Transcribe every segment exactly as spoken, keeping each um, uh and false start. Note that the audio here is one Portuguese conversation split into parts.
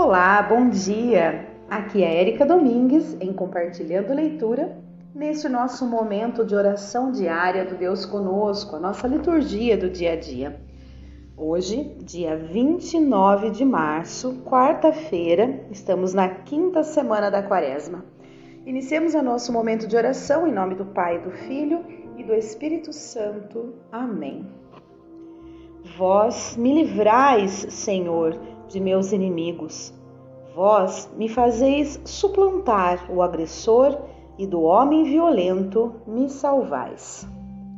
Olá, bom dia! Aqui é Érica Domingues em Compartilhando Leitura, neste nosso momento de oração diária do Deus Conosco, a nossa liturgia do dia a dia. Hoje, dia vinte e nove de março, quarta-feira, estamos na quinta semana da Quaresma. Iniciemos o nosso momento de oração em nome do Pai, do Filho e do Espírito Santo. Amém. Vós me livrais, Senhor, de meus inimigos. Vós me fazeis suplantar o agressor e do homem violento me salvais.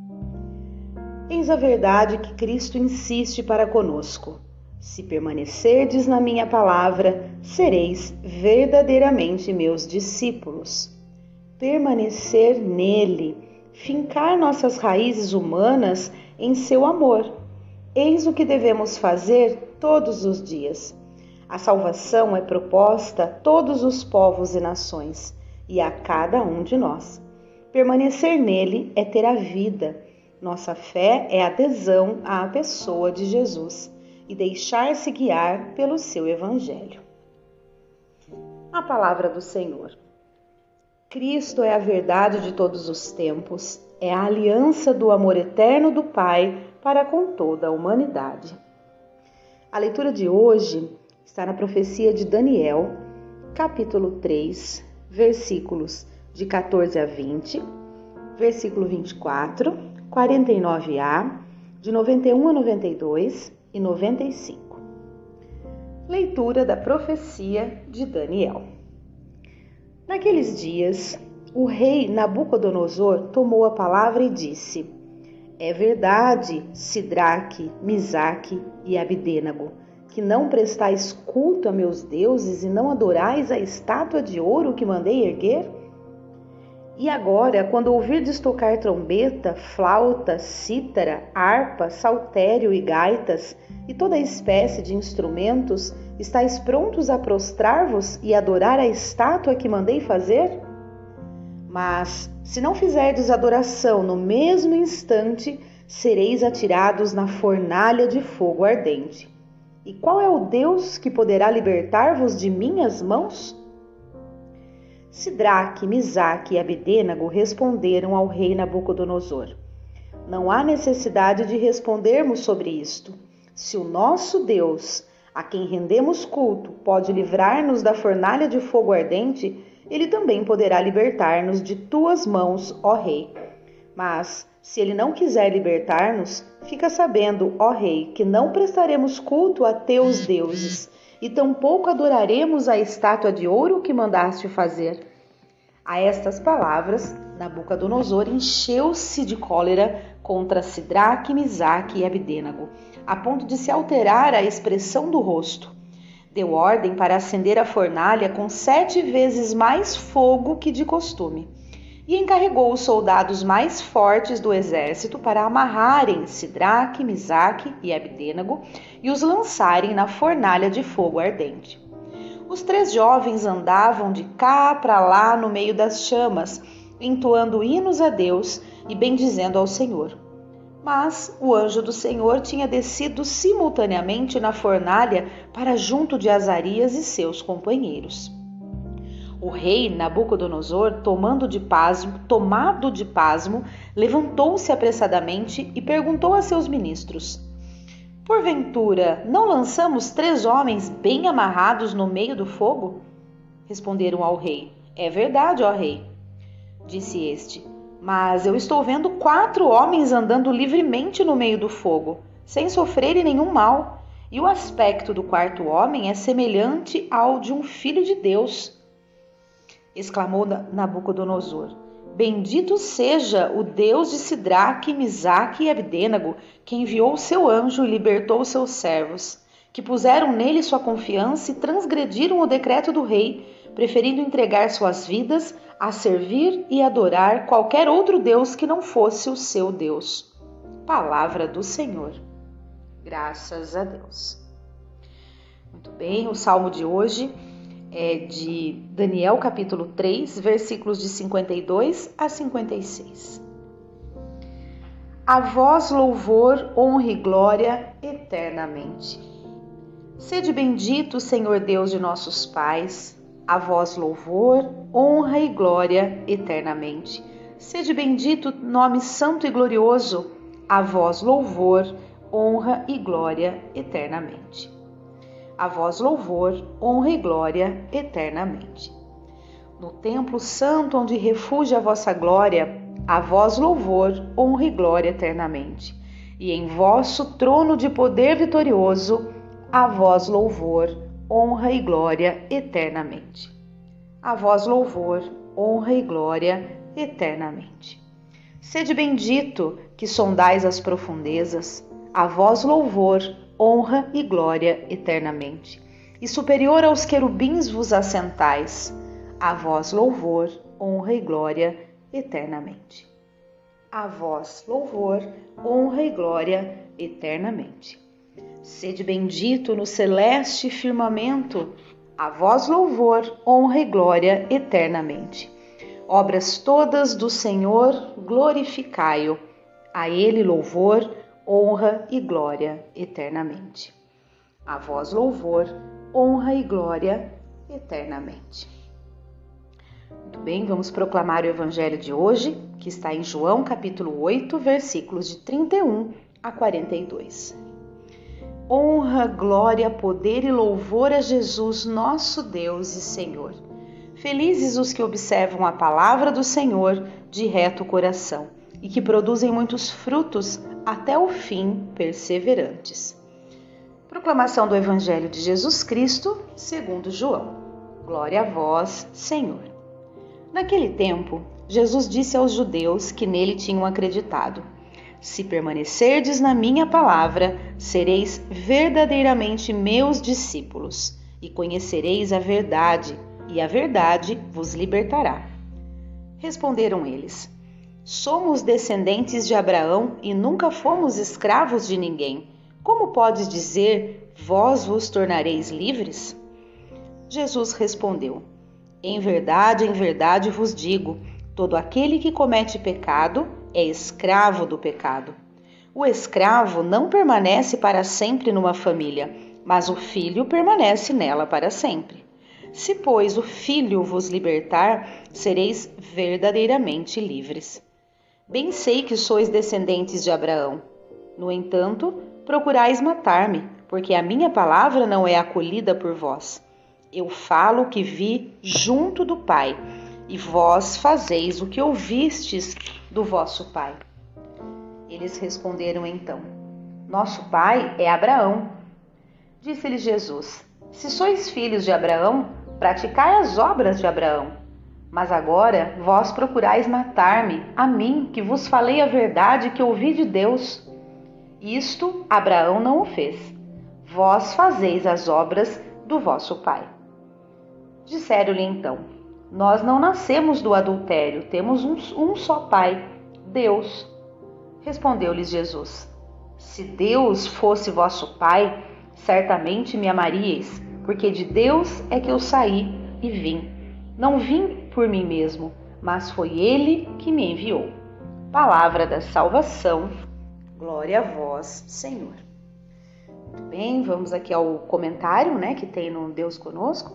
Eis a verdade que Cristo insiste para conosco. Se permanecerdes na minha palavra, sereis verdadeiramente meus discípulos. Permanecer nele, fincar nossas raízes humanas em seu amor. Eis o que devemos fazer todos os dias. A salvação é proposta a todos os povos e nações, e a cada um de nós. Permanecer nele é ter a vida. Nossa fé é adesão à pessoa de Jesus e deixar-se guiar pelo seu Evangelho. A palavra do Senhor. Cristo é a verdade de todos os tempos, é a aliança do amor eterno do Pai para com toda a humanidade. A leitura de hoje está na profecia de Daniel, capítulo três, versículos de catorze a vinte, versículo vinte e quatro, quarenta e nove a, de noventa e um a noventa e dois e noventa e cinco. Leitura da profecia de Daniel. Naqueles dias, o rei Nabucodonosor tomou a palavra e disse: É verdade, Sidraque, Misaque e Abdênago, que não prestais culto a meus deuses e não adorais a estátua de ouro que mandei erguer? E agora, quando ouvirdes tocar trombeta, flauta, cítara, harpa, saltério e gaitas, e toda espécie de instrumentos, estáis prontos a prostrar-vos e adorar a estátua que mandei fazer? Mas, se não fizerdes adoração no mesmo instante, sereis atirados na fornalha de fogo ardente. E qual é o Deus que poderá libertar-vos de minhas mãos? Sidraque, Misaque e Abdênago responderam ao rei Nabucodonosor: Não há necessidade de respondermos sobre isto. Se o nosso Deus, a quem rendemos culto, pode livrar-nos da fornalha de fogo ardente, ele também poderá libertar-nos de tuas mãos, ó rei. Mas, se ele não quiser libertar-nos, fica sabendo, ó rei, que não prestaremos culto a teus deuses, e tampouco adoraremos a estátua de ouro que mandaste fazer. A estas palavras, Nabucodonosor encheu-se de cólera contra Sidraque, Misaque e Abdênago, a ponto de se alterar a expressão do rosto. Deu ordem para acender a fornalha com sete vezes mais fogo que de costume, e encarregou os soldados mais fortes do exército para amarrarem Sidraque, Misaque e Abdênago e os lançarem na fornalha de fogo ardente. Os três jovens andavam de cá para lá no meio das chamas, entoando hinos a Deus e bendizendo ao Senhor. Mas o anjo do Senhor tinha descido simultaneamente na fornalha para junto de Azarias e seus companheiros. O rei Nabucodonosor, tomando de pasmo, tomado de pasmo, levantou-se apressadamente e perguntou a seus ministros: Porventura, não lançamos três homens bem amarrados no meio do fogo? Responderam ao rei: É verdade, ó rei. Disse este: Mas eu estou vendo quatro homens andando livremente no meio do fogo, sem sofrerem nenhum mal, e o aspecto do quarto homem é semelhante ao de um filho de Deus. Exclamou Nabucodonosor: Bendito seja o Deus de Sidraque, Misaque e Abdênago, que enviou o seu anjo e libertou os seus servos, que puseram nele sua confiança e transgrediram o decreto do rei, preferindo entregar suas vidas a servir e adorar qualquer outro Deus que não fosse o seu Deus. Palavra do Senhor. Graças a Deus. Muito bem, o salmo de hoje é de Daniel capítulo três, versículos de cinquenta e dois a cinquenta e seis. A vós louvor, honra e glória eternamente. Sede bendito, Senhor Deus de nossos pais, a vós louvor, honra e glória eternamente. Sede bendito, nome santo e glorioso, a vós louvor, honra e glória eternamente. A vós louvor, honra e glória eternamente. No templo santo onde refugia a vossa glória, a vós louvor, honra e glória eternamente. E em vosso trono de poder vitorioso, a vós louvor, honra e glória eternamente. A vós louvor, honra e glória eternamente. Sede bendito, que sondais as profundezas, a vós louvor, honra e glória eternamente. E superior aos querubins vos assentais, a vós louvor, honra e glória eternamente. A vós louvor, honra e glória eternamente. Sede bendito no celeste firmamento, a vós louvor, honra e glória eternamente. Obras todas do Senhor, glorificai-o, a ele louvor, honra e glória eternamente. A vós louvor, honra e glória eternamente. Muito bem, vamos proclamar o evangelho de hoje, que está em João capítulo oito, versículos de trinta e um a quarenta e dois. Honra, glória, poder e louvor a Jesus, nosso Deus e Senhor. Felizes os que observam a palavra do Senhor de reto coração e que produzem muitos frutos até o fim, perseverantes. Proclamação do Evangelho de Jesus Cristo, segundo João. Glória a vós, Senhor. Naquele tempo, Jesus disse aos judeus que nele tinham acreditado: se permanecerdes na minha palavra, sereis verdadeiramente meus discípulos e conhecereis a verdade, e a verdade vos libertará. Responderam eles: somos descendentes de Abraão e nunca fomos escravos de ninguém. Como podes dizer, vós vos tornareis livres? Jesus respondeu: em verdade, em verdade vos digo, todo aquele que comete pecado é escravo do pecado. O escravo não permanece para sempre numa família, mas o filho permanece nela para sempre. Se, pois, o Filho vos libertar, sereis verdadeiramente livres. Bem sei que sois descendentes de Abraão. No entanto, procurais matar-me, porque a minha palavra não é acolhida por vós. Eu falo o que vi junto do Pai, e vós fazeis o que ouvistes do vosso pai. Eles responderam então: nosso pai é Abraão. Disse-lhe Jesus: se sois filhos de Abraão, praticai as obras de Abraão. Mas agora vós procurais matar-me, a mim, que vos falei a verdade que ouvi de Deus. Isto Abraão não o fez. Vós fazeis as obras do vosso pai. Disseram-lhe então: nós não nascemos do adultério, temos um, um só pai, Deus. Respondeu-lhes Jesus: se Deus fosse vosso pai, certamente me amaríeis, porque de Deus é que eu saí e vim. Não vim por mim mesmo, mas foi Ele que me enviou. Palavra da salvação. Glória a vós, Senhor. Muito bem, vamos aqui ao comentário, né, que tem no Deus Conosco.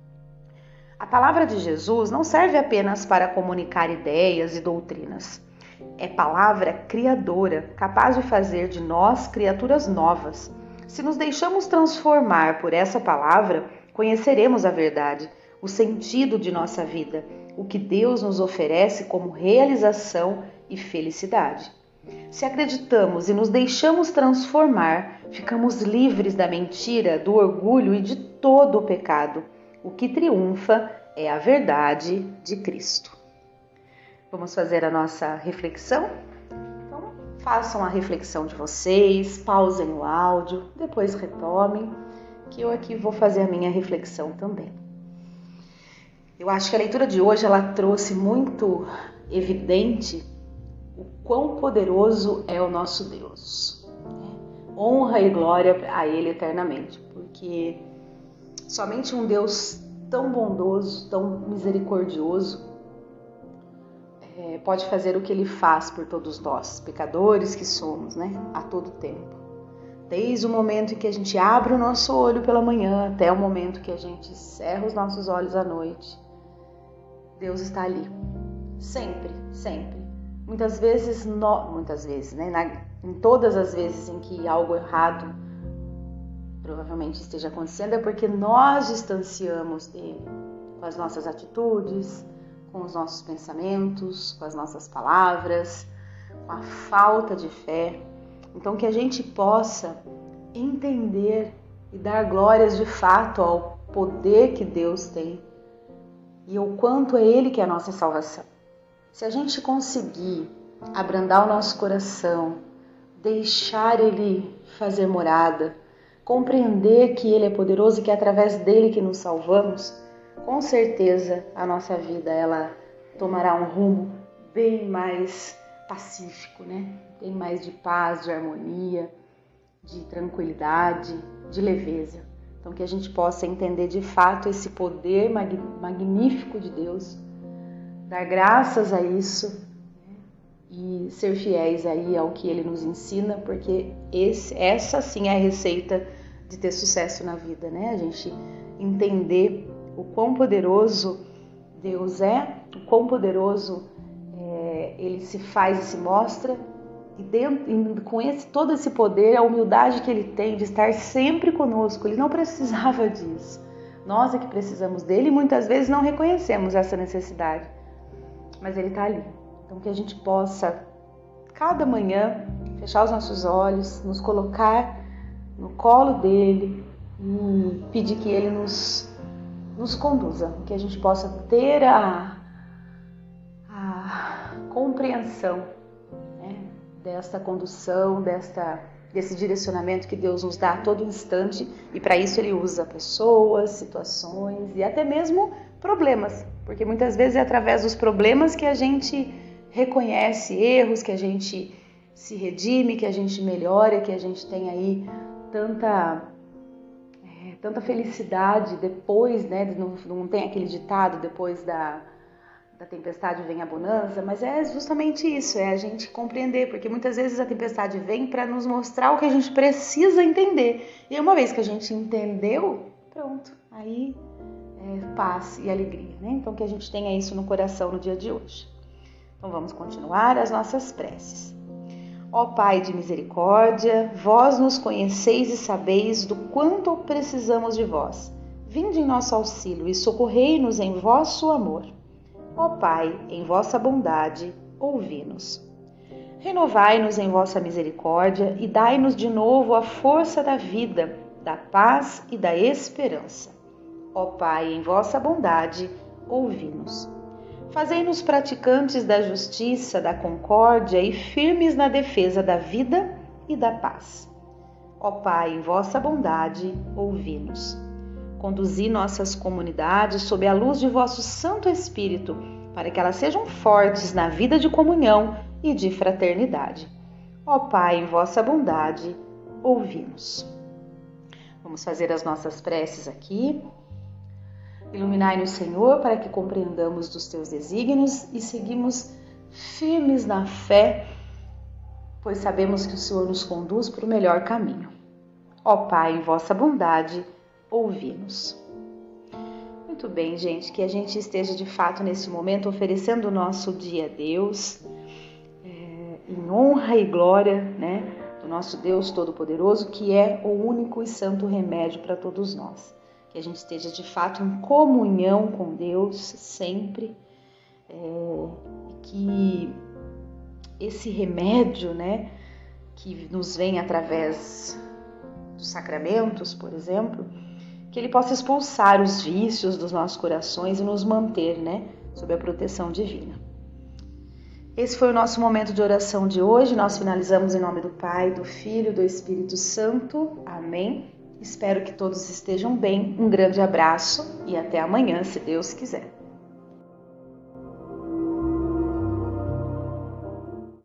A palavra de Jesus não serve apenas para comunicar ideias e doutrinas. É palavra criadora, capaz de fazer de nós criaturas novas. Se nos deixamos transformar por essa palavra, conheceremos a verdade, o sentido de nossa vida, o que Deus nos oferece como realização e felicidade. Se acreditamos e nos deixamos transformar, ficamos livres da mentira, do orgulho e de todo o pecado. O que triunfa é a verdade de Cristo. Vamos fazer a nossa reflexão? Então, façam a reflexão de vocês, pausem o áudio, depois retomem, que eu aqui vou fazer a minha reflexão também. Eu acho que a leitura de hoje ela trouxe muito evidente o quão poderoso é o nosso Deus. Honra e glória a Ele eternamente, porque somente um Deus tão bondoso, tão misericordioso, é, pode fazer o que Ele faz por todos nós, pecadores que somos, né, a todo tempo. Desde o momento em que a gente abre o nosso olho pela manhã até o momento que a gente cerra os nossos olhos à noite, Deus está ali. Sempre, sempre. Muitas vezes, no, muitas vezes, né? Na, em todas as vezes em que algo errado provavelmente esteja acontecendo, é porque nós distanciamos dele com as nossas atitudes, com os nossos pensamentos, com as nossas palavras, com a falta de fé. Então, que a gente possa entender e dar glórias de fato ao poder que Deus tem e o quanto é Ele que é a nossa salvação. Se a gente conseguir abrandar o nosso coração, deixar Ele fazer morada, compreender que Ele é poderoso e que é através dele que nos salvamos, com certeza a nossa vida ela tomará um rumo bem mais pacífico, né? Bem mais de paz, de harmonia, de tranquilidade, de leveza. Então que a gente possa entender de fato esse poder magnífico de Deus, dar graças a isso e ser fiéis aí ao que Ele nos ensina, porque esse, essa sim é a receita de ter sucesso na vida, né? A gente entender o quão poderoso Deus é, o quão poderoso é, Ele se faz e se mostra, e, dentro, e com esse, todo esse poder, a humildade que Ele tem de estar sempre conosco. Ele não precisava disso. Nós é que precisamos dele e muitas vezes não reconhecemos essa necessidade, mas Ele está ali. Então que a gente possa, cada manhã, fechar os nossos olhos, nos colocar no colo dele e pedir que Ele nos, nos conduza, que a gente possa ter a, a compreensão, né, desta condução, desta, desse direcionamento que Deus nos dá a todo instante, e para isso Ele usa pessoas, situações e até mesmo problemas, porque muitas vezes é através dos problemas que a gente reconhece erros, que a gente se redime, que a gente melhora, que a gente tem aí tanta, é, tanta felicidade depois, né? Não, não tem aquele ditado, depois da, da tempestade vem a bonança, mas é justamente isso, é a gente compreender, porque muitas vezes a tempestade vem para nos mostrar o que a gente precisa entender, e uma vez que a gente entendeu, pronto, aí é paz e alegria, né? Então que a gente tenha isso no coração no dia de hoje. Então vamos continuar as nossas preces. Ó Pai de misericórdia, vós nos conheceis e sabeis do quanto precisamos de vós. Vinde em nosso auxílio e socorrei-nos em vosso amor. Ó Pai, em vossa bondade, ouvi-nos. Renovai-nos em vossa misericórdia e dai-nos de novo a força da vida, da paz e da esperança. Ó Pai, em vossa bondade, ouvi-nos. Fazei-nos praticantes da justiça, da concórdia e firmes na defesa da vida e da paz. Ó Pai, em vossa bondade, ouvi-nos. Conduzi nossas comunidades sob a luz de vosso Santo Espírito, para que elas sejam fortes na vida de comunhão e de fraternidade. Ó Pai, em vossa bondade, ouvi-nos. Vamos fazer as nossas preces aqui. Iluminai-nos, Senhor, para que compreendamos dos teus desígnios e seguimos firmes na fé, pois sabemos que o Senhor nos conduz para o melhor caminho. Ó Pai, em vossa bondade, ouvi-nos. Muito bem, gente, que a gente esteja de fato nesse momento oferecendo o nosso dia a Deus, é, em honra e glória, né, do nosso Deus Todo-Poderoso, que é o único e santo remédio para todos nós. Que a gente esteja de fato em comunhão com Deus sempre, é, que esse remédio, né, que nos vem através dos sacramentos, por exemplo, que ele possa expulsar os vícios dos nossos corações e nos manter, né, sob a proteção divina. Esse foi o nosso momento de oração de hoje. Nós finalizamos em nome do Pai, do Filho e do Espírito Santo. Amém. Espero que todos estejam bem. Um grande abraço e até amanhã, se Deus quiser.